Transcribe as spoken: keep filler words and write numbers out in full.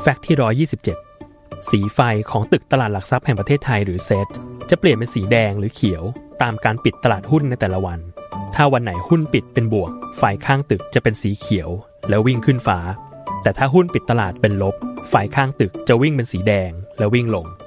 แฟกต์ที่หนึ่งร้อยยี่สิบเจ็ดสีไฟของตึกตลาดหลักทรัพย์แห่งประเทศไทยหรือเซตจะเปลี่ยนเป็นสีแดงหรือเขียวตามการปิดตลาดหุ้นในแต่ละวันถ้าวันไหนหุ้นปิดเป็นบวกไฟข้างตึกจะเป็นสีเขียวแล้ววิ่งขึ้นฟ้าแต่ถ้าหุ้นปิดตลาดเป็นลบไฟข้างตึกจะวิ่งเป็นสีแดงแล้ววิ่งลง